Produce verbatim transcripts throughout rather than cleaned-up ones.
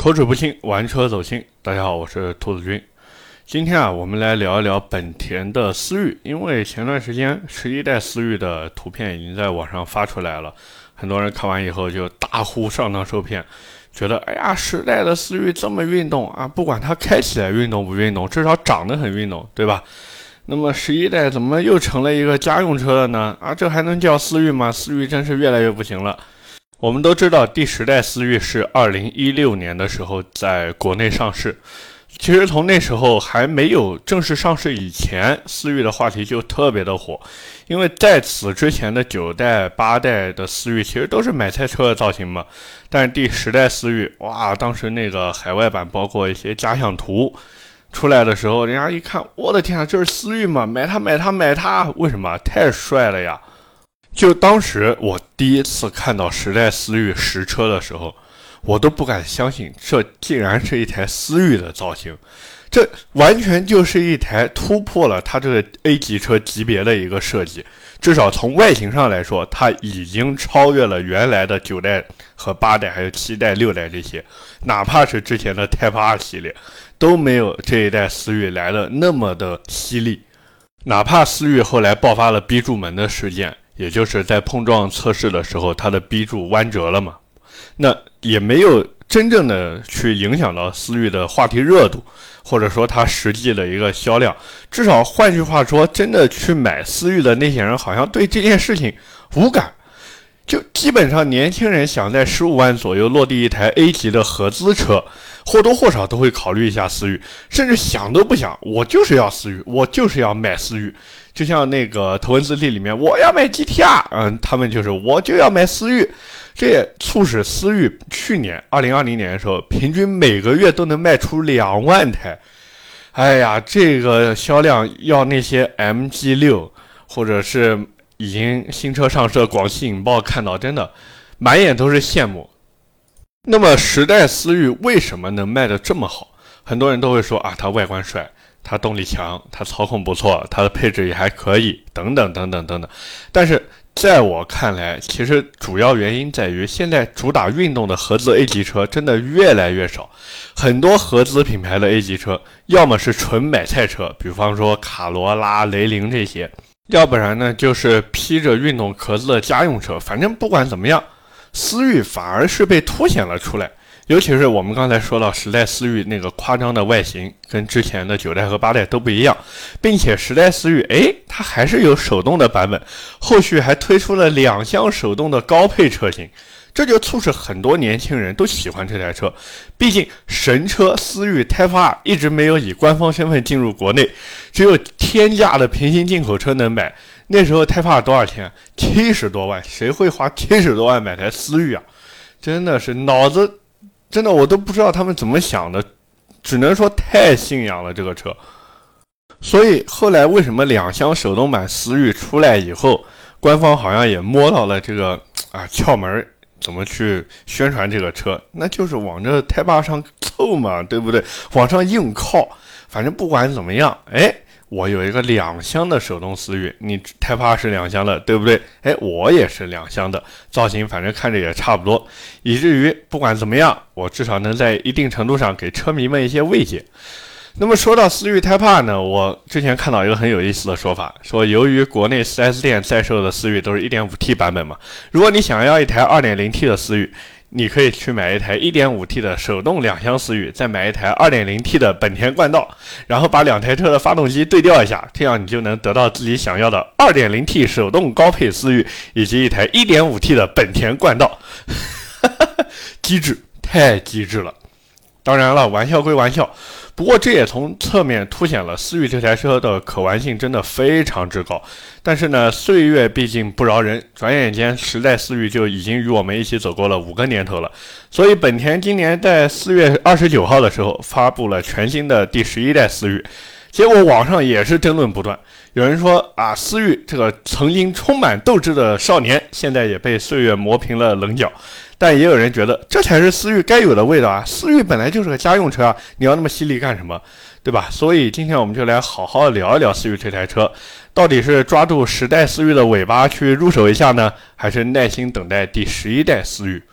口齿不清，玩车走心。大家好，我是兔子君。今天啊，我们来聊一聊本田的思域。因为前段时间十一代思域的图片已经在网上发出来了，很多人看完以后就大呼上当受骗，觉得哎呀，十代的思域这么运动啊，不管它开起来运动不运动，至少长得很运动，对吧？那么十一代怎么又成了一个家用车了呢？啊，这还能叫思域吗？思域真是越来越不行了。我们都知道第十代思域是二零一六年的时候在国内上市，其实从那时候还没有正式上市以前，思域的话题就特别的火，因为在此之前的九代八代的思域其实都是买菜车的造型嘛，但是第十代思域，哇，当时那个海外版包括一些假想图出来的时候，人家一看，我的天啊，这是思域吗？买它买它买它，为什么？太帅了呀！就当时我第一次看到十代思域实车的时候，我都不敢相信这竟然是一台思域的造型，这完全就是一台突破了它这个 A 级车级别的一个设计，至少从外形上来说，它已经超越了原来的九代和八代还有七代六代这些，哪怕是之前的 Type R 系列都没有这一代思域来的那么的犀利。哪怕思域后来爆发了 B 柱门的事件，也就是在碰撞测试的时候它的 B 柱弯折了嘛，那也没有真正的去影响到思域的话题热度，或者说它实际的一个销量。至少换句话说，真的去买思域的那些人好像对这件事情无感，就基本上年轻人想在十五万左右落地一台 A 级的合资车，或多或少都会考虑一下思域，甚至想都不想，我就是要思域，我就是要买思域。就像那个头文字 D 里面，我要买 G T R， 嗯，他们就是我就要买思域，这也促使思域去年二零二零年的时候，平均每个月都能卖出两万台。哎呀，这个销量要那些 M G 六 或者是已经新车上市的广汽引爆看到，真的满眼都是羡慕。那么十代思域为什么能卖得这么好？很多人都会说啊，它外观帅，它动力强，它操控不错，它的配置也还可以，等等等等等等。但是在我看来，其实主要原因在于现在主打运动的合资 A 级车真的越来越少，很多合资品牌的 A 级车要么是纯买菜车，比方说卡罗拉、雷凌这些，要不然呢就是披着运动壳子的家用车。反正不管怎么样，思域反而是被凸显了出来。尤其是我们刚才说到十代思域那个夸张的外形跟之前的九代和八代都不一样，并且十代思域诶它还是有手动的版本，后续还推出了两厢手动的高配车型，这就促使很多年轻人都喜欢这台车。毕竟神车思域 Type R 一直没有以官方身份进入国内，只有天价的平行进口车能买。那时候 Type R 多少钱？七十多万，谁会花七十多万买台思域啊？真的是脑子真的我都不知道他们怎么想的，只能说太信仰了这个车。所以后来为什么两厢手动版思域出来以后，官方好像也摸到了这个啊窍门，怎么去宣传这个车，那就是往这Type R上凑嘛，对不对？往上硬靠。反正不管怎么样，哎，我有一个两厢的手动思域，你Type R是两厢的，对不对？哎，我也是两厢的，造型反正看着也差不多，以至于不管怎么样，我至少能在一定程度上给车迷们一些慰藉。那么说到思域 Type R 呢，我之前看到一个很有意思的说法，说由于国内 四 S 店在售的思域都是 一点五 T 版本嘛，如果你想要一台 二点零 T 的思域，你可以去买一台 一点五 T 的手动两厢思域，再买一台 二点零 T 的本田冠道，然后把两台车的发动机对调一下，这样你就能得到自己想要的 二点零 T 手动高配思域以及一台 一点五 T 的本田冠道。机智，太机智了。当然了，玩笑归玩笑，不过这也从侧面凸显了思域这台车的可玩性真的非常之高。但是呢，岁月毕竟不饶人，转眼间十代思域就已经与我们一起走过了五个年头了。所以本田今年在四月二十九号的时候发布了全新的第十一代思域，结果网上也是争论不断。有人说啊，思域这个曾经充满斗志的少年，现在也被岁月磨平了棱角。但也有人觉得这才是思域该有的味道啊，思域本来就是个家用车啊，你要那么犀利干什么，对吧？所以今天我们就来好好聊一聊思域这台车，到底是抓住十代思域的尾巴去入手一下呢，还是耐心等待第十一代思域？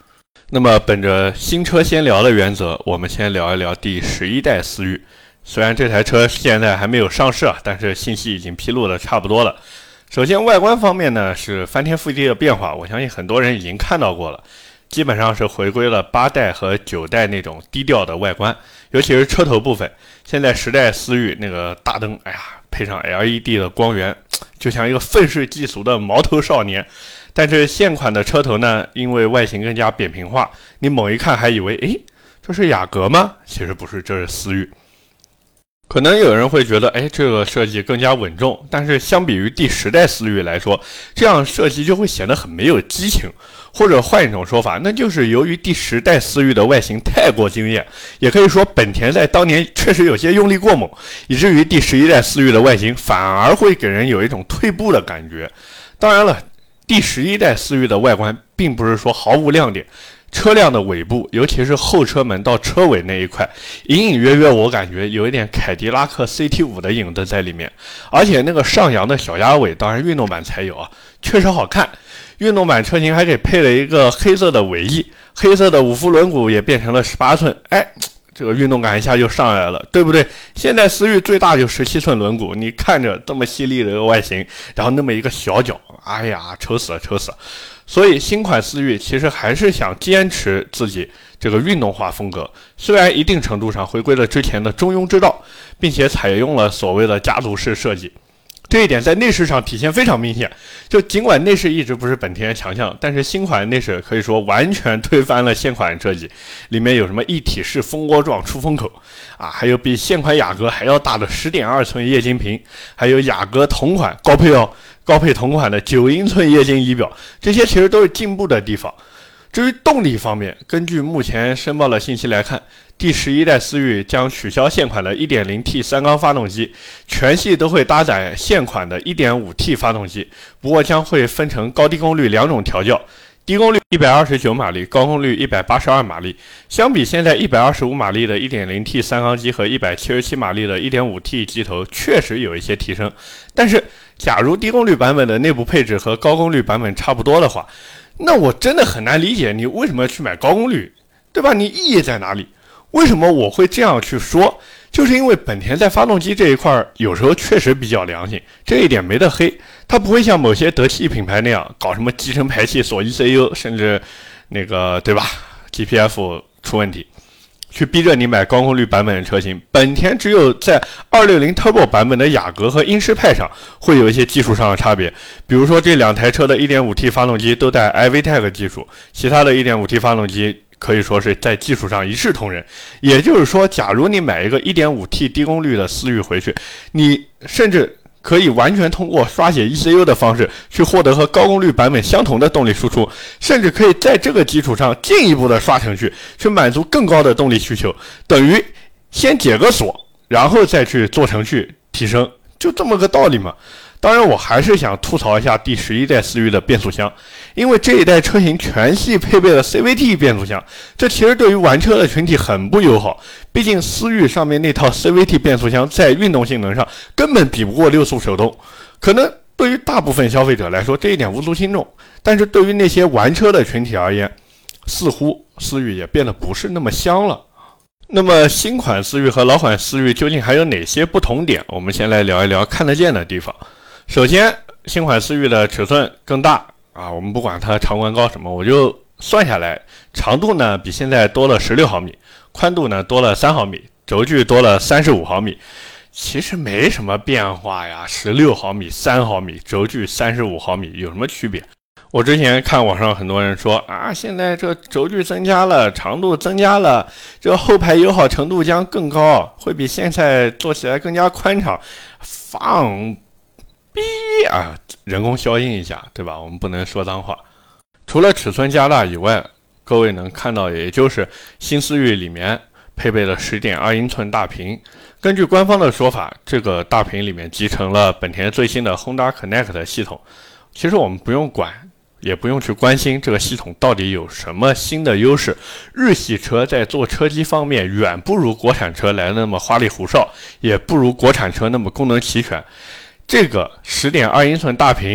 那么本着新车先聊的原则，我们先聊一聊第十一代思域。虽然这台车现在还没有上市啊，但是信息已经披露的差不多了。首先外观方面呢是翻天覆地的变化，我相信很多人已经看到过了，基本上是回归了八代和九代那种低调的外观，尤其是车头部分。现在十代思域那个大灯，哎呀，配上 L E D 的光源，就像一个愤世嫉俗的毛头少年。但是现款的车头呢，因为外形更加扁平化，你猛一看还以为，诶，这是雅阁吗？其实不是，这是思域。可能有人会觉得，哎，这个设计更加稳重，但是相比于第十代思域来说，这样设计就会显得很没有激情。或者换一种说法，那就是由于第十代思域的外形太过惊艳，也可以说本田在当年确实有些用力过猛，以至于第十一代思域的外形反而会给人有一种退步的感觉。当然了，第十一代思域的外观并不是说毫无亮点。车辆的尾部，尤其是后车门到车尾那一块，隐隐约约我感觉有一点凯迪拉克 C T 五 的影子在里面，而且那个上扬的小鸭尾，当然运动版才有啊，确实好看。运动版车型还给配了一个黑色的尾翼，黑色的五辐轮毂也变成了十八寸，哎，这个运动感一下就上来了，对不对？现在思域最大就十七寸轮毂，你看着这么犀利的一个外形，然后那么一个小脚，哎呀，丑死了，丑死了。所以新款思域其实还是想坚持自己这个运动化风格，虽然一定程度上回归了之前的中庸之道，并且采用了所谓的家族式设计。这一点在内饰上体现非常明显，就尽管内饰一直不是本田强项，但是新款内饰可以说完全推翻了现款设计。里面有什么一体式蜂窝状出风口啊，还有比现款雅阁还要大的 十点二寸液晶屏，还有雅阁同款高配哦高配同款的九英寸液晶仪表，这些其实都是进步的地方。至于动力方面，根据目前申报的信息来看，第十一代思域将取消现款的 一点零 T 三缸发动机，全系都会搭载现款的 一点五 T 发动机，不过将会分成高低功率两种调教，低功率一百二十九马力，高功率一百八十二马力。相比现在一百二十五马力的 一点零 T 三缸机和一百七十七马力的 一点五 T 机头确实有一些提升，但是假如低功率版本的内部配置和高功率版本差不多的话，那我真的很难理解你为什么要去买高功率，对吧？你意义在哪里？为什么我会这样去说？就是因为本田在发动机这一块有时候确实比较良心，这一点没得黑。它不会像某些德系品牌那样搞什么集成排气锁 E C U， 甚至那个对吧 G P F 出问题，去逼着你买高功率版本的车型。本田只有在二六零 Turbo 版本的雅阁和英诗派上会有一些技术上的差别，比如说这两台车的 一点五 T 发动机都带 I V TEC 技术，其他的 一点五 T 发动机可以说是在技术上一视同仁。也就是说，假如你买一个 一点五 T 低功率的思域回去，你甚至可以完全通过刷写 E C U 的方式去获得和高功率版本相同的动力输出，甚至可以在这个基础上进一步的刷程序，去满足更高的动力需求，等于先解个锁，然后再去做程序提升，就这么个道理嘛。当然我还是想吐槽一下第十一代思域的变速箱，因为这一代车型全系配备了 C V T 变速箱，这其实对于玩车的群体很不友好，毕竟思域上面那套 C V T 变速箱在运动性能上根本比不过六速手动，可能对于大部分消费者来说这一点无足轻重，但是对于那些玩车的群体而言，似乎思域也变得不是那么香了。那么新款思域和老款思域究竟还有哪些不同点？我们先来聊一聊看得见的地方。首先，新款思域的尺寸更大啊，我们不管它长宽高什么，我就算下来，长度呢比现在多了十六毫米，宽度呢多了三毫米，轴距多了三十五毫米。其实没什么变化呀，十六毫米、三毫米，轴距三十五毫米，有什么区别？我之前看网上很多人说啊，现在这轴距增加了，长度增加了，这后排友好程度将更高，会比现在做起来更加宽敞。放逼啊，人工消音一下，对吧？我们不能说脏话。除了尺寸加大以外，各位能看到，也就是新思域里面配备了 十点二英寸大屏。根据官方的说法，这个大屏里面集成了本田最新的 Honda Connect 系统。其实我们不用管，也不用去关心这个系统到底有什么新的优势。日系车在做车机方面远不如国产车来的那么花里胡哨，也不如国产车那么功能齐全。这个 十点二英寸大屏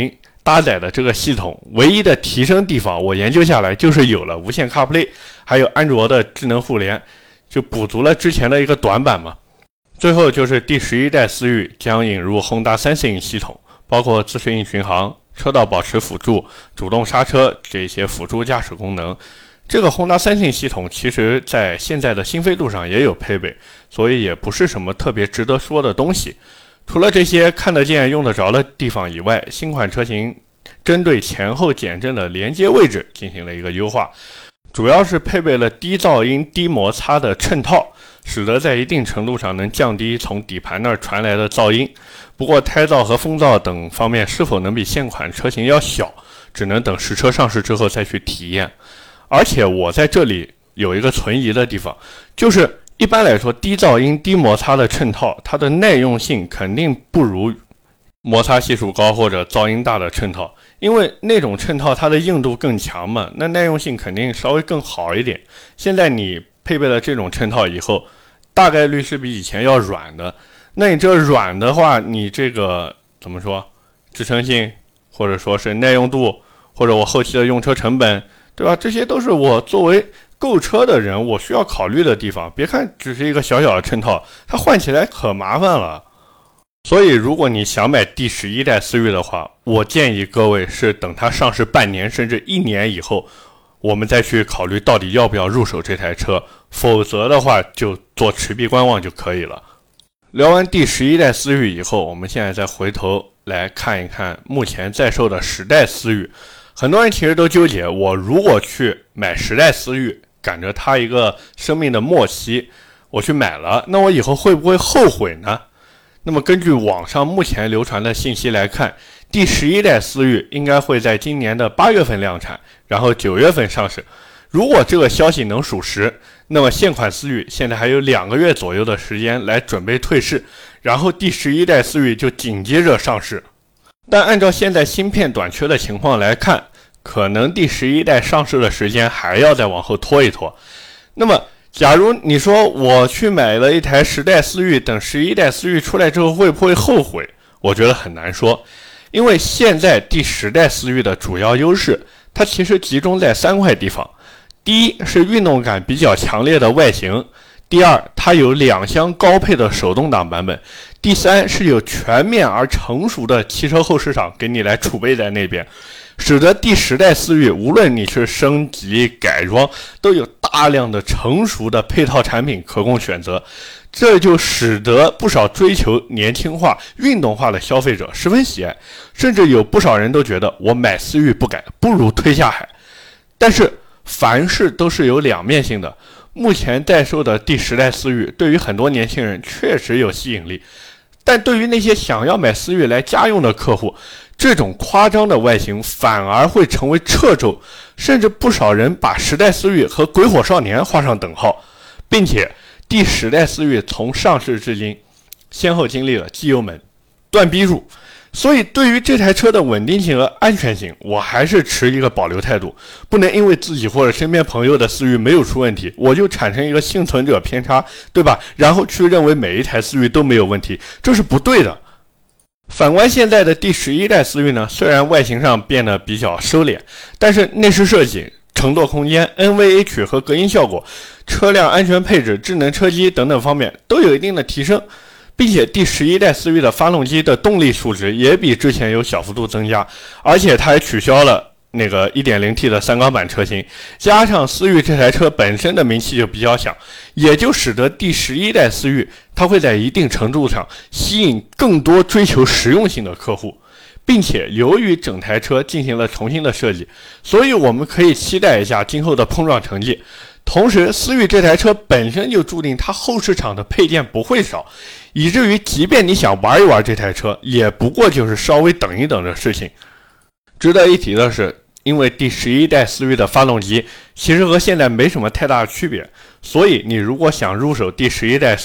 搭载的这个系统唯一的提升地方，我研究下来就是有了无线 CarPlay， 还有安卓的智能互联，就补足了之前的一个短板嘛。最后就是第十一代思域将引入 Honda Sensing 系统，包括自适应巡航、车道保持辅助、主动刹车这些辅助驾驶功能。这个 Honda Sensing 系统其实在现在的新飞度上也有配备，所以也不是什么特别值得说的东西。除了这些看得见用得着的地方以外，新款车型针对前后减震的连接位置进行了一个优化，主要是配备了低噪音低摩擦的衬套，使得在一定程度上能降低从底盘那儿传来的噪音。不过胎噪和风噪等方面是否能比现款车型要小，只能等实车上市之后再去体验。而且我在这里有一个存疑的地方，就是一般来说低噪音低摩擦的衬套，它的耐用性肯定不如摩擦系数高或者噪音大的衬套，因为那种衬套它的硬度更强嘛，那耐用性肯定稍微更好一点。现在你配备了这种衬套以后，大概率是比以前要软的，那你这软的话，你这个怎么说，支撑性或者说是耐用度，或者我后期的用车成本，对吧？这些都是我作为购车的人我需要考虑的地方。别看只是一个小小的衬套，它换起来可麻烦了。所以如果你想买第十一代思域的话，我建议各位是等它上市半年甚至一年以后，我们再去考虑到底要不要入手这台车，否则的话就做持币观望就可以了。聊完第十一代思域以后，我们现在再回头来看一看目前在售的十代思域。很多人其实都纠结，我如果去买十代思域，赶着它一个生命的末期，我去买了，那我以后会不会后悔呢？那么根据网上目前流传的信息来看，第十一代思域应该会在今年的八月份量产，然后九月份上市。如果这个消息能属实，那么现款思域现在还有两个月左右的时间来准备退市，然后第十一代思域就紧接着上市。但按照现在芯片短缺的情况来看，可能第十一代上市的时间还要再往后拖一拖。那么假如你说我去买了一台十代思域，等十一代思域出来之后会不会后悔？我觉得很难说，因为现在第十代思域的主要优势，它其实集中在三块地方。第一是运动感比较强烈的外形，第二它有两厢高配的手动挡版本，第三是有全面而成熟的汽车后市场给你来储备在那边，使得第十代思域无论你是升级改装，都有大量的成熟的配套产品可供选择。这就使得不少追求年轻化运动化的消费者十分喜爱，甚至有不少人都觉得我买思域不改不如推下海。但是凡事都是有两面性的，目前在售的第十代思域对于很多年轻人确实有吸引力，但对于那些想要买思域来家用的客户，这种夸张的外形反而会成为掣肘，甚至不少人把十代思域和鬼火少年画上等号。并且第十代思域从上市至今先后经历了机油门、断逼入，所以对于这台车的稳定性和安全性，我还是持一个保留态度。不能因为自己或者身边朋友的思域没有出问题，我就产生一个幸存者偏差，对吧？然后去认为每一台思域都没有问题，这是不对的。反观现在的第十一代思域呢，虽然外形上变得比较收敛，但是内饰设计、乘坐空间、N V H 和隔音效果、车辆安全配置、智能车机等等方面都有一定的提升，并且第十一代思域的发动机的动力数值也比之前有小幅度增加，而且它还取消了那个 一点零 T 的三缸版车型，加上思域这台车本身的名气就比较响，也就使得第十一代思域它会在一定程度上吸引更多追求实用性的客户。并且由于整台车进行了重新的设计，所以我们可以期待一下今后的碰撞成绩。同时思域这台车本身就注定它后市场的配件不会少，以至于即便你想玩一玩这台车，也不过就是稍微等一等的事情。值得一提的是，因为第十一代思域的发动机其实和现在没什么太大的区别，所以你如果想入手第十一代思域，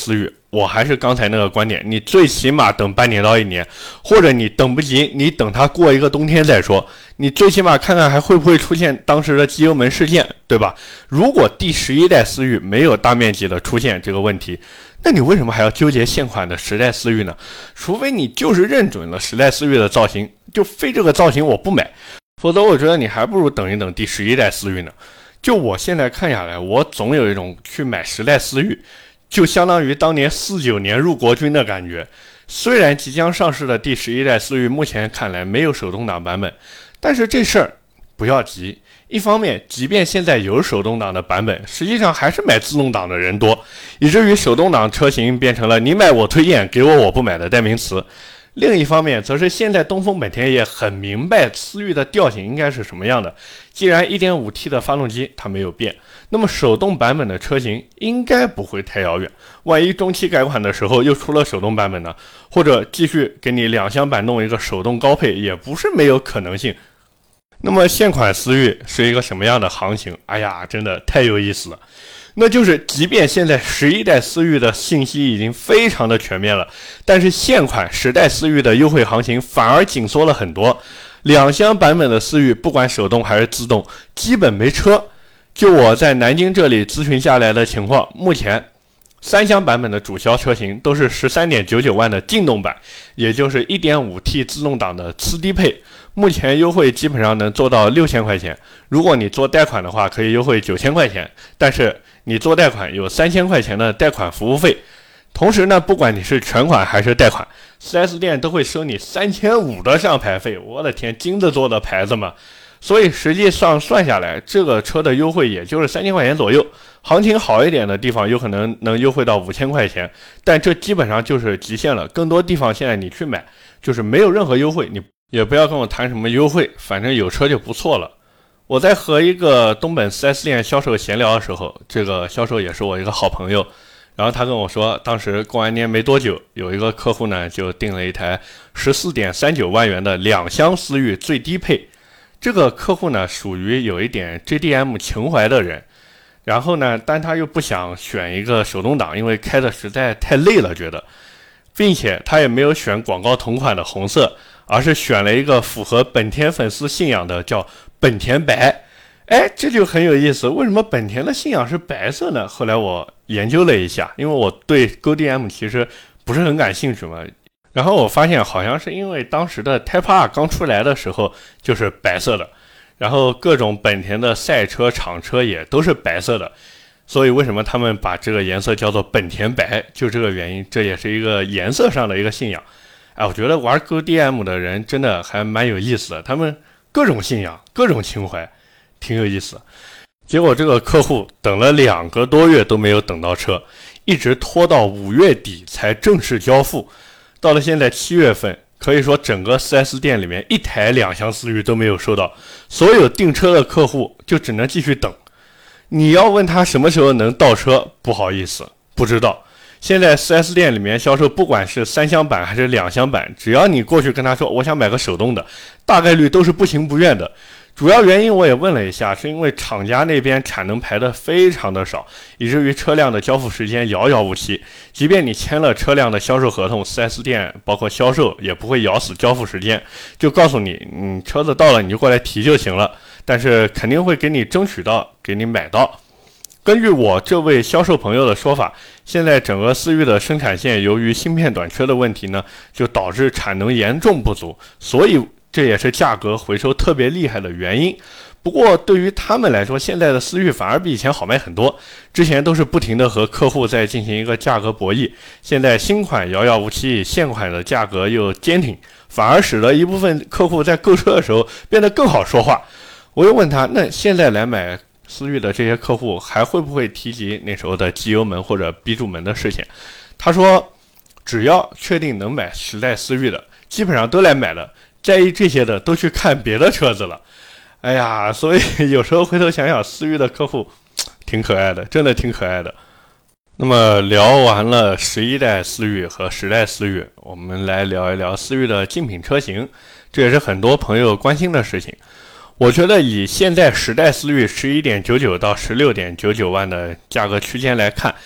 我还是刚才那个观点，你最起码等半年到一年，或者你等不及，你等它过一个冬天再说。你最起码看看还会不会出现当时的机油门事件，对吧？如果第十一代思域没有大面积的出现这个问题，那你为什么还要纠结现款的十代思域呢？除非你就是认准了十代思域的造型，就非这个造型我不买，否则我觉得你还不如等一等第十一代思域呢。就我现在看下来，我总有一种去买十代思域就相当于当年四九年入国军的感觉。虽然即将上市的第十一代思域目前看来没有手动挡版本，但是这事儿不要急。一方面，即便现在有手动挡的版本，实际上还是买自动挡的人多，以至于手动挡车型变成了你买我推荐，给我我不买的代名词。另一方面，则是现在东风本田也很明白思域的调性应该是什么样的。既然 一点五 T 的发动机它没有变，那么手动版本的车型应该不会太遥远。万一中期改款的时候又出了手动版本呢？或者继续给你两厢版弄一个手动高配，也不是没有可能性。那么现款思域是一个什么样的行情？哎呀，真的太有意思了。那就是即便现在十一代思域的信息已经非常的全面了，但是现款十代思域的优惠行情反而紧缩了很多。两厢版本的思域不管手动还是自动基本没车。就我在南京这里咨询下来的情况，目前三厢版本的主销车型都是 十三点九九万的劲动版，也就是 一点五 T 自动挡的次低配，目前优惠基本上能做到六千块钱。如果你做贷款的话可以优惠九千块钱，但是你做贷款有三千块钱的贷款服务费。同时呢，不管你是全款还是贷款， 四 S 店都会收你三千五的上牌费。我的天，金子做的牌子嘛。所以实际上算下来，这个车的优惠也就是三千块钱左右，行情好一点的地方有可能能优惠到五千块钱，但这基本上就是极限了。更多地方现在你去买就是没有任何优惠，你也不要跟我谈什么优惠，反正有车就不错了。我在和一个东本 四 S 店销售闲聊的时候，这个销售也是我一个好朋友，然后他跟我说，当时过完年没多久，有一个客户呢就订了一台 十四点三九万元的两厢思域最低配。这个客户呢属于有一点 J D M 情怀的人，然后呢但他又不想选一个手动挡，因为开的实在太累了觉得，并且他也没有选广告同款的红色，而是选了一个符合本田粉丝信仰的叫本田白。哎，这就很有意思，为什么本田的信仰是白色呢？后来我研究了一下，因为我对 Go D M 其实不是很感兴趣嘛，然后我发现好像是因为当时的 Type R 刚出来的时候就是白色的，然后各种本田的赛车厂车也都是白色的，所以为什么他们把这个颜色叫做本田白，就这个原因，这也是一个颜色上的一个信仰。哎，我觉得玩 Go D M 的人真的还蛮有意思的，他们各种信仰，各种情怀，挺有意思。结果这个客户等了两个多月都没有等到车，一直拖到五月底才正式交付。到了现在七月份，可以说整个 四 S 店里面一台两厢思域都没有收到，所有订车的客户就只能继续等。你要问他什么时候能到车，不好意思，不知道。现在 四 S 店里面销售不管是三厢版还是两厢版，只要你过去跟他说我想买个手动的，大概率都是不情不愿的。主要原因我也问了一下，是因为厂家那边产能排的非常的少，以至于车辆的交付时间遥遥无期。即便你签了车辆的销售合同， 四 S 店包括销售也不会咬死交付时间，就告诉你嗯，车子到了你就过来提就行了，但是肯定会给你争取到，给你买到。根据我这位销售朋友的说法，现在整个思域的生产线由于芯片短缺的问题呢，就导致产能严重不足，所以这也是价格回收特别厉害的原因。不过对于他们来说，现在的思域反而比以前好卖很多，之前都是不停的和客户在进行一个价格博弈，现在新款遥遥无期，现款的价格又坚挺，反而使得一部分客户在购车的时候变得更好说话。我又问他，那现在来买思域的这些客户还会不会提及那时候的机油门或者 B 柱门的事情？他说只要确定能买十代思域的基本上都来买了，在意这些的都去看别的车子了。哎呀，所以有时候回头想想，思域的客户挺可爱的，真的挺可爱的。那么聊完了十一代思域和十代思域，我们来聊一聊思域的竞品车型，这也是很多朋友关心的事情。我觉得以现在十代思域 十一点九九 到 十六点九九万的价格区间来看，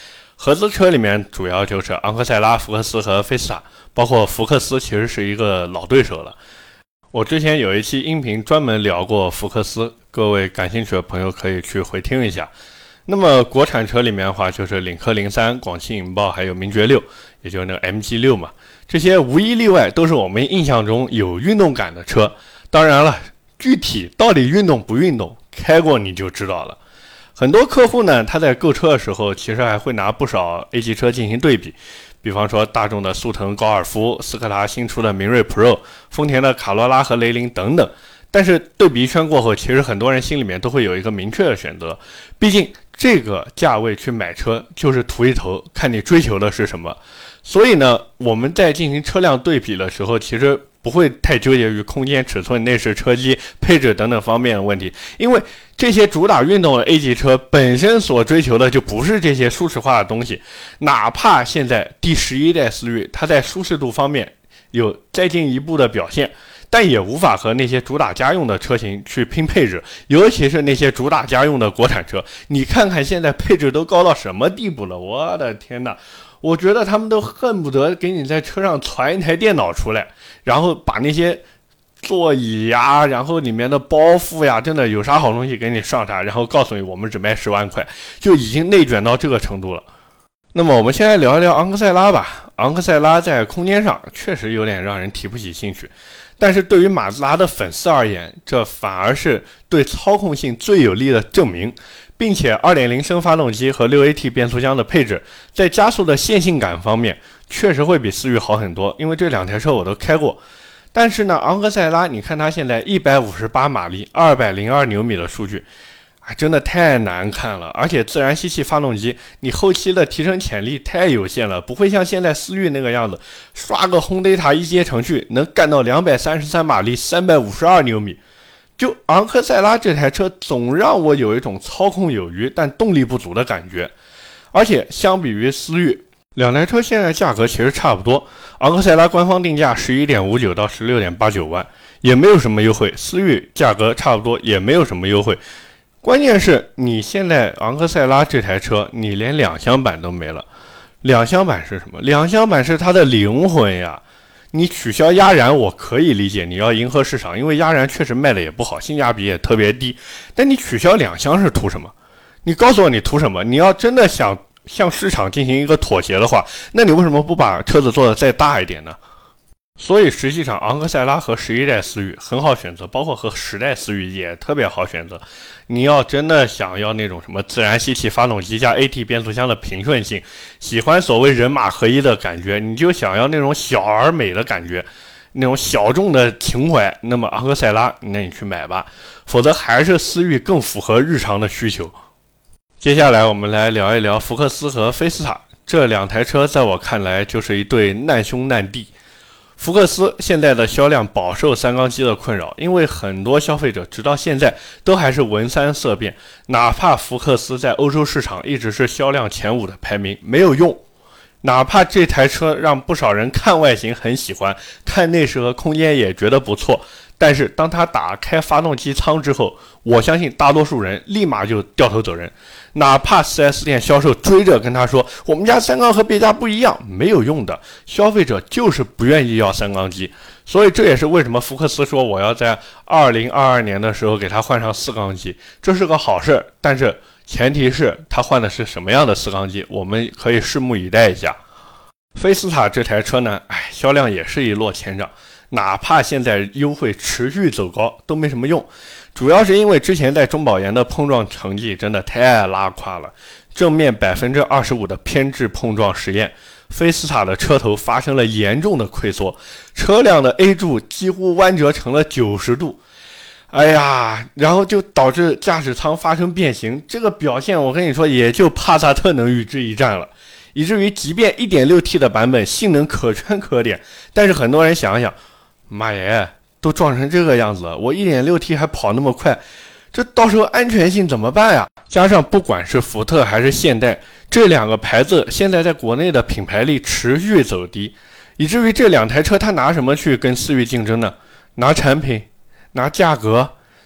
合资车里面主要就是昂克赛拉、福克斯和菲斯塔，包括福克斯其实是一个老对手了。我之前有一期音频专门聊过福克斯，各位感兴趣的朋友可以去回听一下。那么国产车里面的话，就是领克零三、广汽引爆还有名爵六，也就是那个 M G 六嘛，这些无一例外都是我们印象中有运动感的车。当然了，具体到底运动不运动，开过你就知道了。很多客户呢，他在购车的时候，其实还会拿不少 A 级车进行对比，比方说大众的速腾高尔夫、斯柯达新出的明锐 Pro、丰田的卡罗拉和雷凌等等。但是对比一圈过后，其实很多人心里面都会有一个明确的选择，毕竟这个价位去买车就是图一头，看你追求的是什么。所以呢，我们在进行车辆对比的时候，其实不会太纠结于空间、尺寸、内饰、车机、配置等等方面的问题，因为这些主打运动的 A 级车本身所追求的就不是这些舒适化的东西。哪怕现在第十一代思域它在舒适度方面有再进一步的表现，但也无法和那些主打家用的车型去拼配置，尤其是那些主打家用的国产车，你看看现在配置都高到什么地步了，我的天哪！我觉得他们都恨不得给你在车上传一台电脑出来，然后把那些座椅呀，然后里面的包袱呀，真的有啥好东西给你上啥，然后告诉你我们只卖十万块，就已经内卷到这个程度了。那么我们先来聊一聊昂克赛拉吧。昂克赛拉在空间上确实有点让人提不起兴趣，但是对于马自达的粉丝而言，这反而是对操控性最有力的证明，并且 二点零 升发动机和 六 A T 变速箱的配置在加速的线性感方面确实会比思域好很多，因为这两台车我都开过。但是呢，昂克赛拉你看它现在一百五十八马力二百零二牛米的数据，哎，真的太难看了，而且自然吸气发动机你后期的提升潜力太有限了，不会像现在思域那个样子，刷个红 data 一阶程序能干到两百三十三马力三百五十二牛米。就昂克赛拉这台车总让我有一种操控有余但动力不足的感觉，而且相比于思域，两台车现在价格其实差不多，昂克赛拉官方定价 十一点五九 到 十六点八九万，也没有什么优惠，思域价格差不多也没有什么优惠。关键是你现在昂克赛拉这台车你连两厢版都没了。两厢版是什么？两厢版是它的灵魂呀。你取消压燃我可以理解，你要迎合市场，因为压燃确实卖的也不好，性价比也特别低，但你取消两厢是图什么？你告诉我你图什么？你要真的想向市场进行一个妥协的话，那你为什么不把车子做得再大一点呢？所以实际上昂克赛拉和十一代思域很好选择，包括和十代思域也特别好选择。你要真的想要那种什么自然吸气发动机加 A T 变速箱的平顺性，喜欢所谓人马合一的感觉，你就想要那种小而美的感觉，那种小众的情怀，那么昂克赛拉那你去买吧，否则还是思域更符合日常的需求。接下来我们来聊一聊福克斯和菲斯塔，这两台车在我看来就是一对难兄难弟。福克斯现在的销量饱受三缸机的困扰，因为很多消费者直到现在都还是闻三色变，哪怕福克斯在欧洲市场一直是销量前五的排名，没有用。哪怕这台车让不少人看外形很喜欢，看内饰和空间也觉得不错，但是当他打开发动机舱之后，我相信大多数人立马就掉头走人，哪怕 四 S 店销售追着跟他说我们家三缸和别家不一样，没有用的，消费者就是不愿意要三缸机。所以这也是为什么福克斯说我要在二零二二年的时候给他换上四缸机，这是个好事，但是前提是他换的是什么样的四缸机，我们可以拭目以待一下。菲斯塔这台车呢，哎，销量也是一落千丈，哪怕现在优惠持续走高都没什么用，主要是因为之前在中保研的碰撞成绩真的太拉胯了，正面 百分之二十五 的偏置碰撞实验，菲斯塔的车头发生了严重的溃缩，车辆的 A 柱几乎弯折成了九十度，哎呀，然后就导致驾驶舱发生变形，这个表现我跟你说也就帕萨特能与之一战了，以至于即便 一点六 T 的版本性能可圈可点，但是很多人想想，妈耶，都撞成这个样子了，我 一点六 T 还跑那么快，这到时候安全性怎么办呀？加上不管是福特还是现代，这两个牌子现在在国内的品牌力持续走低，以至于这两台车它拿什么去跟思域竞争呢？拿产品？拿价格？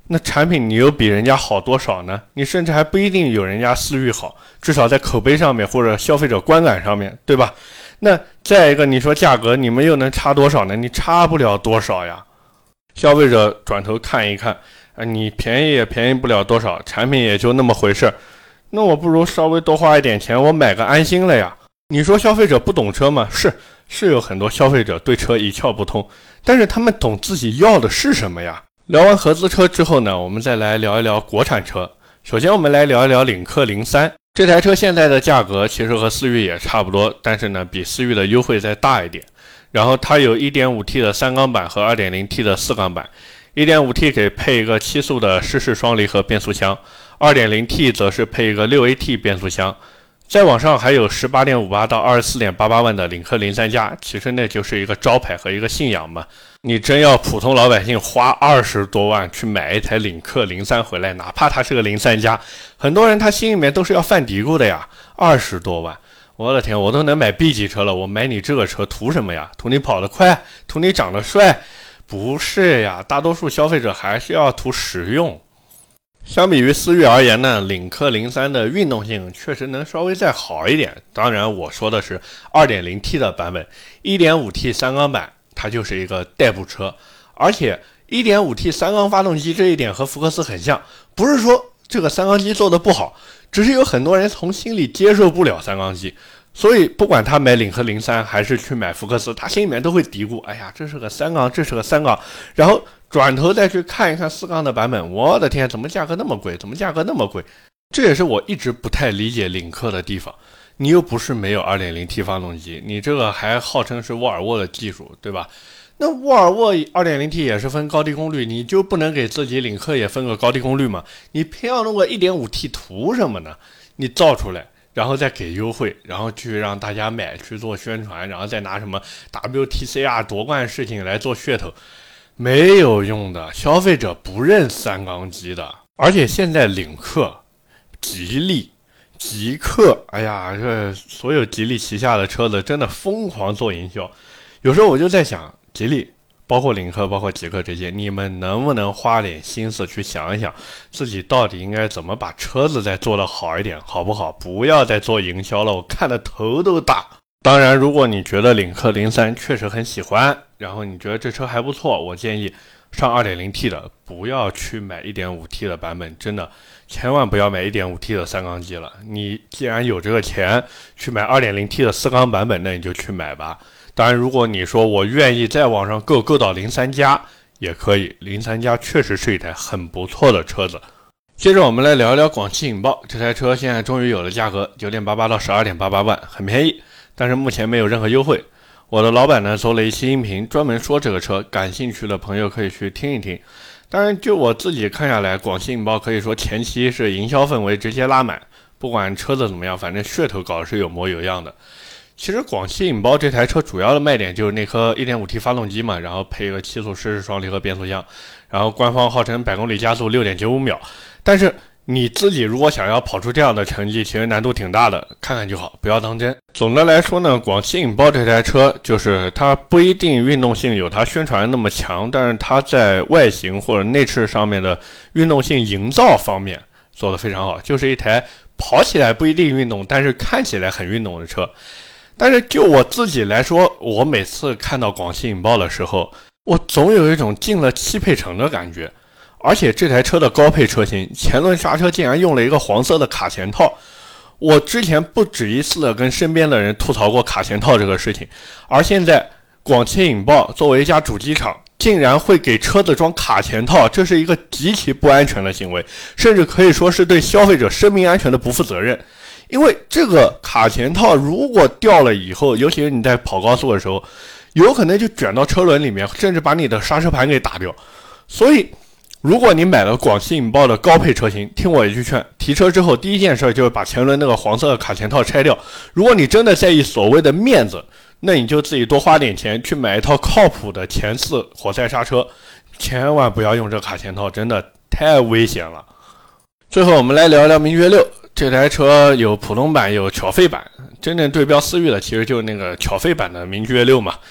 那产品你又比人家好多少呢？你甚至还不一定有人家思域好，至少在口碑上面或者消费者观感上面，对吧？那再一个，你说价格你们又能差多少呢？你差不了多少呀。消费者转头看一看，啊，你便宜也便宜不了多少，产品也就那么回事，那我不如稍微多花一点钱，我买个安心了呀。你说消费者不懂车吗？是是有很多消费者对车一窍不通，但是他们懂自己要的是什么呀。聊完合资车之后呢，我们再来聊一聊国产车。首先我们来聊一聊领克零三，这台车现在的价格其实和思域也差不多，但是呢比思域的优惠再大一点。然后它有 一点五 T 的三缸版和 二点零 T 的四缸版， 一点五 T 给配一个七速的湿式双离合变速箱， 二点零 T 则是配一个 六 A T 变速箱。再往上还有 十八点五八 到 二十四点八八万的领克零三加，其实那就是一个招牌和一个信仰嘛。你真要普通老百姓花二十多万去买一台领克零三回来，哪怕它是个零三加，很多人他心里面都是要犯嘀咕的呀。二十多万，我的天，我都能买 B 级车了，我买你这个车图什么呀？图你跑得快，图你长得帅？不是呀，大多数消费者还是要图实用。相比于思域而言呢，领克零三的运动性确实能稍微再好一点。当然我说的是 二点零 T 的版本， 一点五 T 三缸版它就是一个代步车，而且 一点五 T 三缸发动机这一点和福克斯很像，不是说这个三缸机做的不好，只是有很多人从心里接受不了三缸机，所以不管他买领克零三还是去买福克斯，他心里面都会嘀咕，哎呀，这是个三缸，这是个三缸，然后转头再去看一看四缸的版本，我的天，怎么价格那么贵，怎么价格那么贵。这也是我一直不太理解领克的地方，你又不是没有 二点零 T 发动机，你这个还号称是沃尔沃的技术，对吧？那沃尔沃 二点零 T 也是分高低功率，你就不能给自己领克也分个高低功率吗？你偏要弄个 一点五 T 图什么呢？你造出来然后再给优惠，然后去让大家买，去做宣传，然后再拿什么 W T C R 夺冠事情来做噱头，没有用的。消费者不认三缸机的。而且现在领克、吉利、极氪，哎呀，这所有吉利旗下的车子真的疯狂做营销。有时候我就在想，吉利包括领克包括极氪这些，你们能不能花点心思去想一想自己到底应该怎么把车子再做得好一点，好不好？不要再做营销了，我看得头都大。当然如果你觉得领克零三确实很喜欢，然后你觉得这车还不错，我建议上 二点零 T 的，不要去买 一点五 T 的版本，真的千万不要买 一点五 T 的三缸机了。你既然有这个钱去买 二点零 T 的四缸版本，那你就去买吧。当然如果你说我愿意再往上够够到零三加也可以，零三加确实是一台很不错的车子。接着我们来聊一聊广汽引爆，这台车现在终于有了价格 九点八八 到 十二点八八万，很便宜，但是目前没有任何优惠。我的老板呢做了一期音频专门说这个车，感兴趣的朋友可以去听一听。当然就我自己看下来，广汽引爆可以说前期是营销氛围直接拉满，不管车子怎么样，反正噱头搞的是有模有样的。其实广汽引爆这台车主要的卖点就是那颗 一点五 T 发动机嘛，然后配一个七速湿式双离合变速箱，然后官方号称百公里加速 六点九五秒，但是你自己如果想要跑出这样的成绩，其实难度挺大的，看看就好，不要当真。总的来说呢，广汽引爆这台车就是它不一定运动性有它宣传那么强，但是它在外形或者内饰上面的运动性营造方面做得非常好，就是一台跑起来不一定运动，但是看起来很运动的车。但是就我自己来说，我每次看到广汽引爆的时候，我总有一种进了汽配城的感觉。而且这台车的高配车型前轮刹车竟然用了一个黄色的卡钳套，我之前不止一次的跟身边的人吐槽过卡钳套这个事情，而现在广汽引爆作为一家主机厂，竟然会给车子装卡钳套，这是一个极其不安全的行为，甚至可以说是对消费者生命安全的不负责任。因为这个卡钳套如果掉了以后，尤其是你在跑高速的时候，有可能就卷到车轮里面，甚至把你的刹车盘给打掉。所以如果你买了广汽引爆的高配车型，听我一句劝，提车之后第一件事就是把前轮那个黄色的卡钳套拆掉。如果你真的在意所谓的面子，那你就自己多花点钱去买一套靠谱的前四活塞刹车，千万不要用这卡钳套，真的太危险了。最后我们来聊一聊名爵六，这台车有普通版有巧费版，真正对标思域的其实就是那个巧费版的名爵六嘛。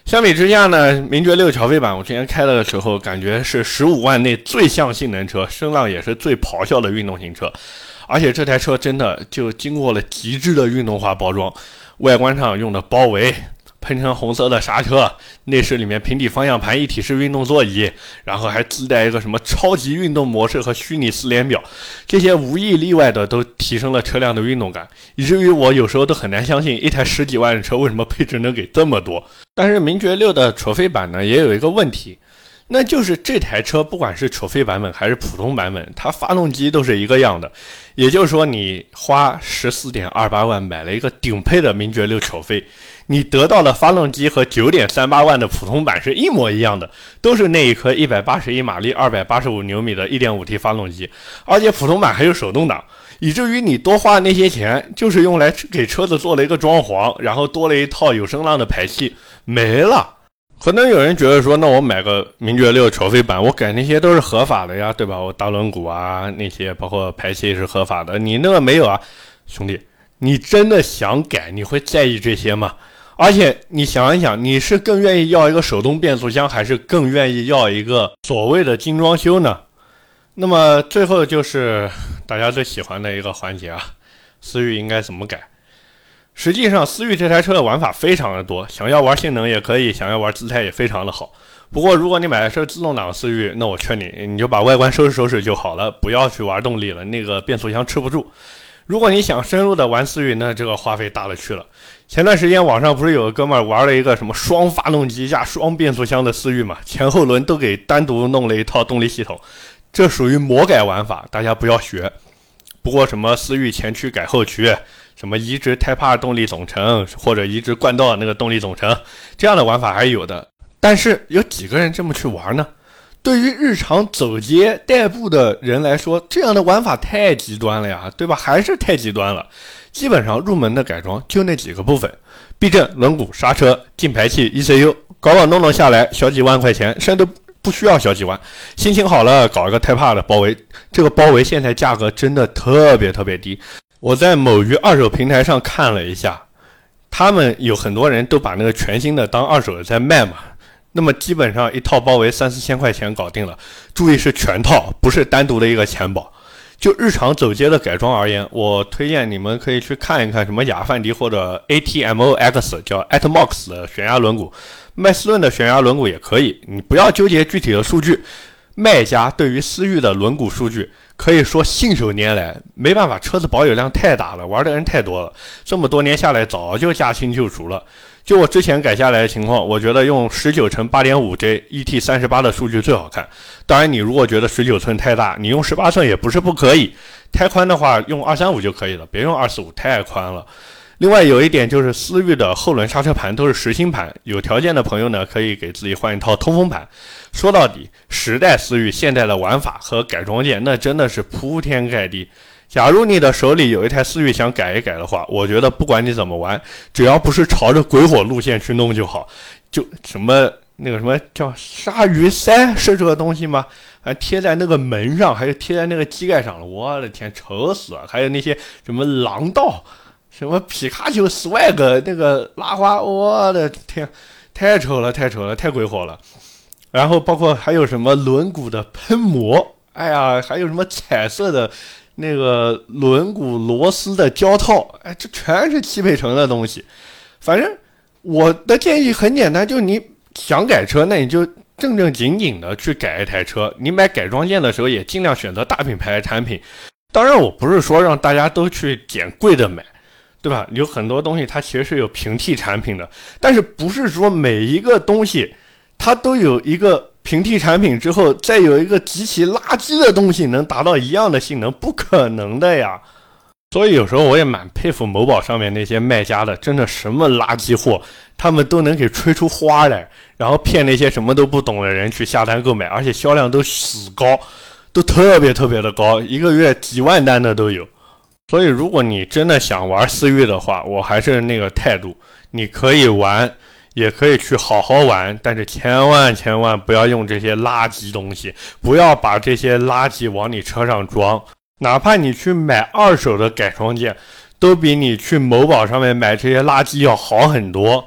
相比之下呢，名爵六挑飞版我之前开的时候，感觉是十五万内最像性能车，声浪也是最咆哮的运动型车。而且这台车真的就经过了极致的运动化包装，外观上用的包围，喷成红色的刹车，内饰里面平底方向盘、一体式运动座椅，然后还自带一个什么超级运动模式和虚拟四连表，这些无一例外的都提升了车辆的运动感，以至于我有时候都很难相信一台十几万的车为什么配置能给这么多。但是名爵六的戳飞版呢也有一个问题，那就是这台车不管是戳飞版本还是普通版本，它发动机都是一个样的，也就是说你花 十四点二八万买了一个顶配的名爵六戳飞，你得到的发动机和 九点三八万的普通版是一模一样的，都是那一颗一百八十一马力二百八十五牛米的 一点五 T 发动机，而且普通版还有手动挡，以至于你多花那些钱就是用来给车子做了一个装潢，然后多了一套有声浪的排气，没了。可能有人觉得说，那我买个名爵六戳飞版，我改那些都是合法的呀，对吧？我大轮毂啊，那些包括排气是合法的，你那个没有啊，兄弟，你真的想改，你会在意这些吗？而且你想一想，你是更愿意要一个手动变速箱，还是更愿意要一个所谓的精装修呢？那么最后就是大家最喜欢的一个环节啊，思域应该怎么改？实际上思域这台车的玩法非常的多，想要玩性能也可以，想要玩姿态也非常的好。不过如果你买的是自动挡思域，那我劝你你就把外观收拾收拾就好了，不要去玩动力了，那个变速箱吃不住。如果你想深入的玩思域，那这个花费大了去了。前段时间网上不是有个哥们儿玩了一个什么双发动机加双变速箱的思域嘛，前后轮都给单独弄了一套动力系统，这属于魔改玩法，大家不要学。不过什么思域前驱改后驱，什么移植 Type 二动力总成，或者移植冠道那个动力总成，这样的玩法还是有的。但是有几个人这么去玩呢？对于日常走街代步的人来说，这样的玩法太极端了呀，对吧？还是太极端了。基本上入门的改装就那几个部分，避震、轮毂、刹车、进排气、E C U， 搞搞弄弄下来小几万块钱，甚至不需要小几万，心情好了搞一个 Type 二的包围，这个包围现在价格真的特别特别低。我在某鱼二手平台上看了一下，他们有很多人都把那个全新的当二手的在卖嘛，那么基本上一套包围三四千块钱搞定了，注意是全套，不是单独的一个钱包。就日常走街的改装而言，我推荐你们可以去看一看什么雅范迪或者 A T M O X 叫 Atmox 的悬崖轮毂，麦斯顿的悬崖轮毂也可以，你不要纠结具体的数据。卖家对于思域的轮毂数据可以说信手拈来，没办法，车子保有量太大了，玩的人太多了，这么多年下来早就驾轻就熟了。就我之前改下来的情况，我觉得用十九乘 八点五 J E T 三十八 的数据最好看。当然你如果觉得十九寸太大，你用十八寸也不是不可以，太宽的话用二三五就可以了，别用二四五太宽了。另外有一点就是思域的后轮刹车盘都是实心盘，有条件的朋友呢可以给自己换一套通风盘。说到底，时代思域现在的玩法和改装件那真的是铺天盖地。假如你的手里有一台思域想改一改的话，我觉得不管你怎么玩，只要不是朝着鬼火路线去弄就好。就什么那个什么叫鲨鱼鳃是这个东西吗？还贴在那个门上，还有贴在那个机盖上了，我的天，丑死了！还有那些什么狼道，什么皮卡丘 swag 那个拉花，我的天，太丑了，太丑了，太鬼火了。然后包括还有什么轮毂的喷膜，哎呀，还有什么彩色的那个轮毂螺丝的胶套，哎，这全是汽配城的东西。反正我的建议很简单，就你想改车，那你就正正经经的去改一台车。你买改装件的时候也尽量选择大品牌的产品。当然我不是说让大家都去捡贵的买，对吧？有很多东西它其实是有平替产品的，但是不是说每一个东西它都有一个平替产品之后再有一个极其垃圾的东西能达到一样的性能，不可能的呀。所以有时候我也蛮佩服某宝上面那些卖家的，真的什么垃圾货他们都能给吹出花来，然后骗那些什么都不懂的人去下单购买，而且销量都死高，都特别特别的高，一个月几万单的都有。所以如果你真的想玩思域的话，我还是那个态度，你可以玩，也可以去好好玩，但是千万千万不要用这些垃圾东西，不要把这些垃圾往你车上装。哪怕你去买二手的改装件，都比你去某宝上面买这些垃圾要好很多。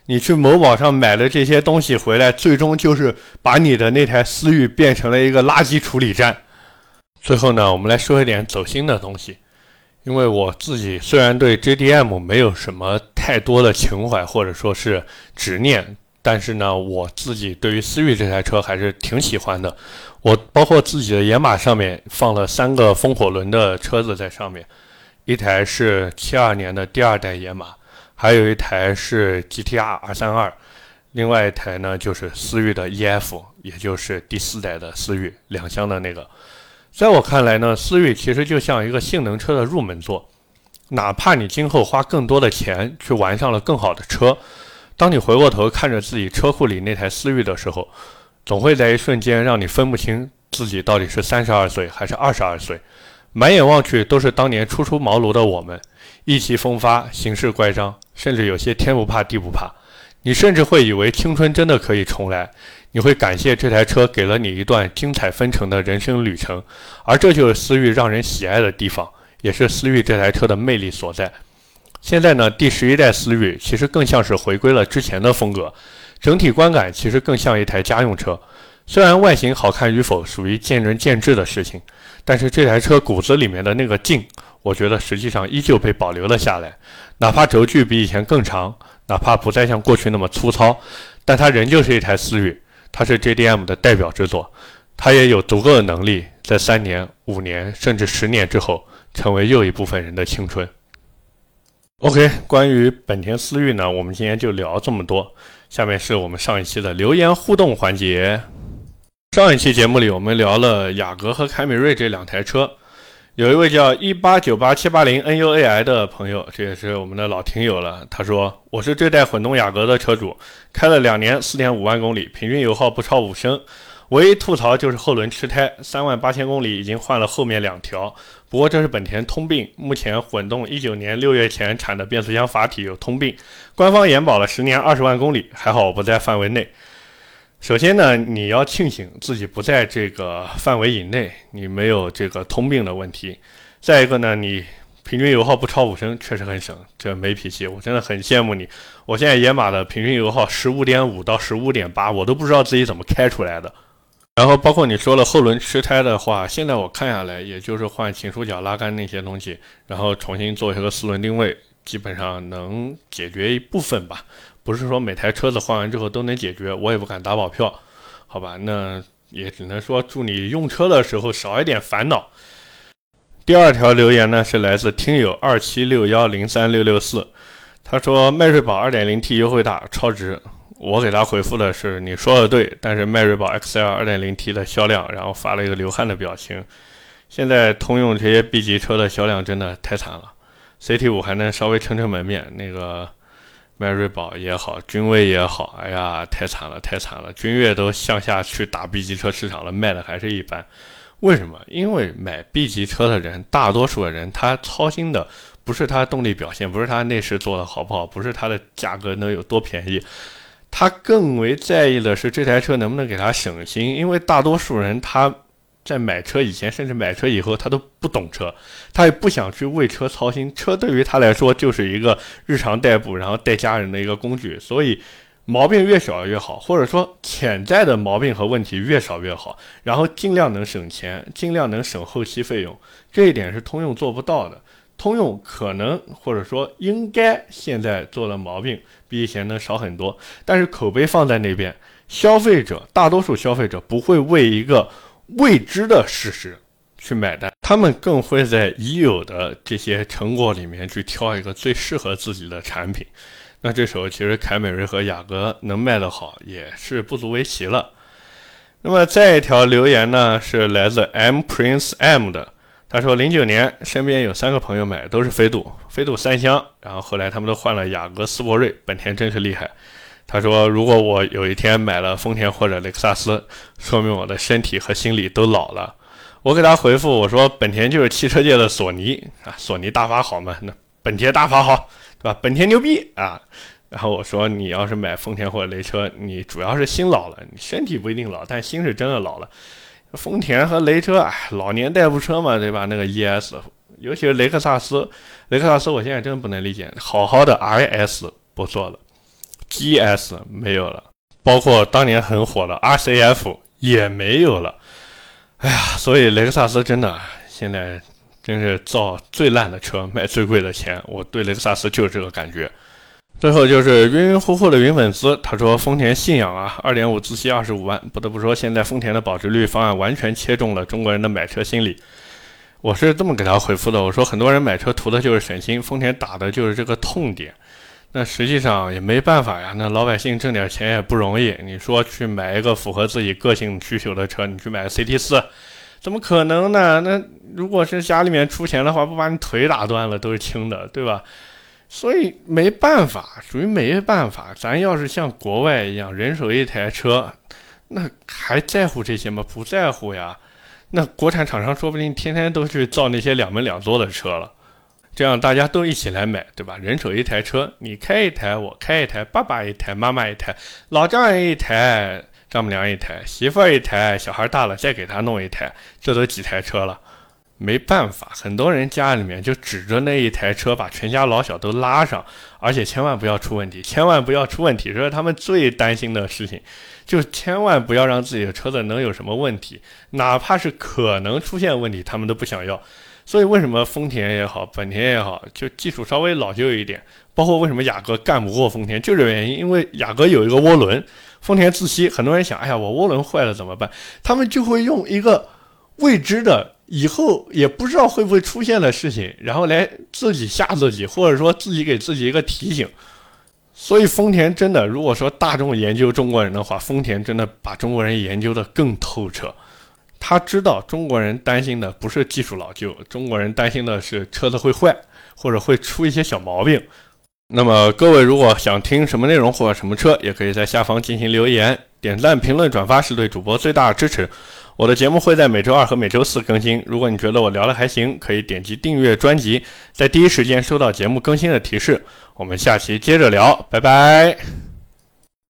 你去某宝上买的这些东西回来，最终就是把你的那台思域变成了一个垃圾处理站。最后呢，我们来说一点走心的东西。因为我自己虽然对 J D M 没有什么太多的情怀或者说是执念，但是呢，我自己对于思域这台车还是挺喜欢的。我包括自己的野马上面放了三个风火轮的车子在上面，一台是七二年的第二代野马，还有一台是 G T R R 三十二， 另外一台呢就是思域的 E F， 也就是第四代的思域两厢的那个。在我看来呢，思域其实就像一个性能车的入门座，哪怕你今后花更多的钱去玩上了更好的车，当你回过头看着自己车库里那台思域的时候，总会在一瞬间让你分不清自己到底是三十二岁还是二十二岁。满眼望去都是当年初出茅庐的我们，意气风发，行事乖张，甚至有些天不怕地不怕。你甚至会以为青春真的可以重来，你会感谢这台车给了你一段精彩纷呈的人生旅程，而这就是思域让人喜爱的地方，也是思域这台车的魅力所在。现在呢，第十一代思域其实更像是回归了之前的风格，整体观感其实更像一台家用车。虽然外形好看与否属于见仁见智的事情，但是这台车骨子里面的那个劲，我觉得实际上依旧被保留了下来。哪怕轴距比以前更长，哪怕不再像过去那么粗糙，但它仍旧是一台思域，它是 J D M 的代表之作，它也有足够的能力在三年、五年甚至十年之后成为又一部分人的青春。OK， 关于本田思域呢，我们今天就聊这么多。下面是我们上一期的留言互动环节。上一期节目里，我们聊了雅阁和凯美瑞这两台车。有一位叫一八九八七八零 N U A I 的朋友，这也是我们的老听友了。他说：“我是这代混动雅阁的车主，开了两年，四点五万公里，平均油耗不超五升。唯一吐槽就是后轮吃胎，三万八千公里已经换了后面两条。不过这是本田通病，目前混动一九年六月前产的变速箱阀体有通病，官方延保了十年二十万公里，还好我不在范围内。首先呢，你要庆幸自己不在这个范围以内，你没有这个通病的问题。再一个呢，你平均油耗不超五升，确实很省，这没脾气，我真的很羡慕你。我现在野马的平均油耗 十五点五 到 十五点八， 我都不知道自己怎么开出来的。然后包括你说了后轮吃胎的话，现在我看下来也就是换禽属角拉杆那些东西，然后重新做一个四轮定位，基本上能解决一部分吧。不是说每台车子换完之后都能解决，我也不敢打保票，好吧，那也只能说祝你用车的时候少一点烦恼。第二条留言呢是来自听友二七六一零三六六四，他说迈锐宝 二点零 T 优惠大，超值。我给他回复的是你说的对，但是迈锐宝 X L 二点零 T 的销量，然后发了一个流汗的表情。现在通用这些 B 级车的销量真的太惨了， C T 五 还能稍微撑撑门面，那个迈锐宝也好，君威也好，哎呀，太惨了，太惨了！君越都向下去打 B 级车市场了，卖的还是一般。为什么？因为买 B 级车的人，大多数的人他操心的不是他动力表现，不是他内饰做的好不好，不是他的价格能有多便宜，他更为在意的是这台车能不能给他省心。因为大多数人他在买车以前，甚至买车以后，他都不懂车，他也不想去为车操心。车对于他来说就是一个日常代步，然后带家人的一个工具，所以毛病越少越好，或者说潜在的毛病和问题越少越好，然后尽量能省钱，尽量能省后期费用。这一点是通用做不到的。通用可能或者说应该现在做的毛病比以前能少很多，但是口碑放在那边，消费者大多数消费者不会为一个未知的事实去买单，他们更会在已有的这些成果里面去挑一个最适合自己的产品。那这时候其实凯美瑞和雅阁能卖得好也是不足为奇了。那么再一条留言呢是来自 M Prince M 的，他说零九年身边有三个朋友买都是飞度，飞度三厢，然后后来他们都换了雅阁斯铂瑞，本田真是厉害。他说如果我有一天买了丰田或者雷克萨斯，说明我的身体和心理都老了。我给他回复我说本田就是汽车界的索尼啊，索尼大法好嘛，那本田大法好，对吧？本田牛逼啊。然后我说你要是买丰田或者雷车，你主要是心老了，你身体不一定老，但心是真的老了。丰田和雷车，哎，老年代步车嘛，对吧？那个 E S， 尤其是雷克萨斯，雷克萨斯我现在真不能理解，好好的 R S 不做了， G S 没有了，包括当年很火的 R C F 也没有了。哎呀，所以雷克萨斯真的现在真是造最烂的车，卖最贵的钱。我对雷克萨斯就是这个感觉。最后就是晕晕乎乎的云粉丝，他说丰田信仰啊 ，二点五 自吸二十五万，不得不说现在丰田的保值率方案完全切中了中国人的买车心理。我是这么给他回复的，我说很多人买车图的就是省心，丰田打的就是这个痛点。那实际上也没办法呀，那老百姓挣点钱也不容易。你说去买一个符合自己个性需求的车，你去买个 C T 四，怎么可能呢？那如果是家里面出钱的话，不把你腿打断了都是轻的，对吧？所以没办法，属于没办法。咱要是像国外一样人手一台车，那还在乎这些吗？不在乎呀。那国产厂商说不定天天都去造那些两门两座的车了。这样大家都一起来买，对吧？人手一台车，你开一台，我开一台，爸爸一台，妈妈一台，老丈人一台，丈母娘一台，媳妇儿一台，小孩大了再给他弄一台，这都几台车了。没办法，很多人家里面就指着那一台车把全家老小都拉上，而且千万不要出问题，千万不要出问题，这是他们最担心的事情，就千万不要让自己的车子能有什么问题，哪怕是可能出现问题他们都不想要。所以为什么丰田也好，本田也好，就技术稍微老旧一点，包括为什么雅阁干不过丰田，就这个原因，因为雅阁有一个涡轮，丰田自吸，很多人想，哎呀，我涡轮坏了怎么办？他们就会用一个未知的，以后也不知道会不会出现的事情，然后来自己吓自己，或者说自己给自己一个提醒。所以丰田真的，如果说大众研究中国人的话，丰田真的把中国人研究得更透彻。他知道中国人担心的不是技术老旧，中国人担心的是车子会坏，或者会出一些小毛病。那么各位如果想听什么内容或者什么车，也可以在下方进行留言，点赞、评论、转发是对主播最大的支持。我的节目会在每周二和每周四更新，如果你觉得我聊得还行，可以点击订阅专辑，在第一时间收到节目更新的提示。我们下期接着聊，拜拜。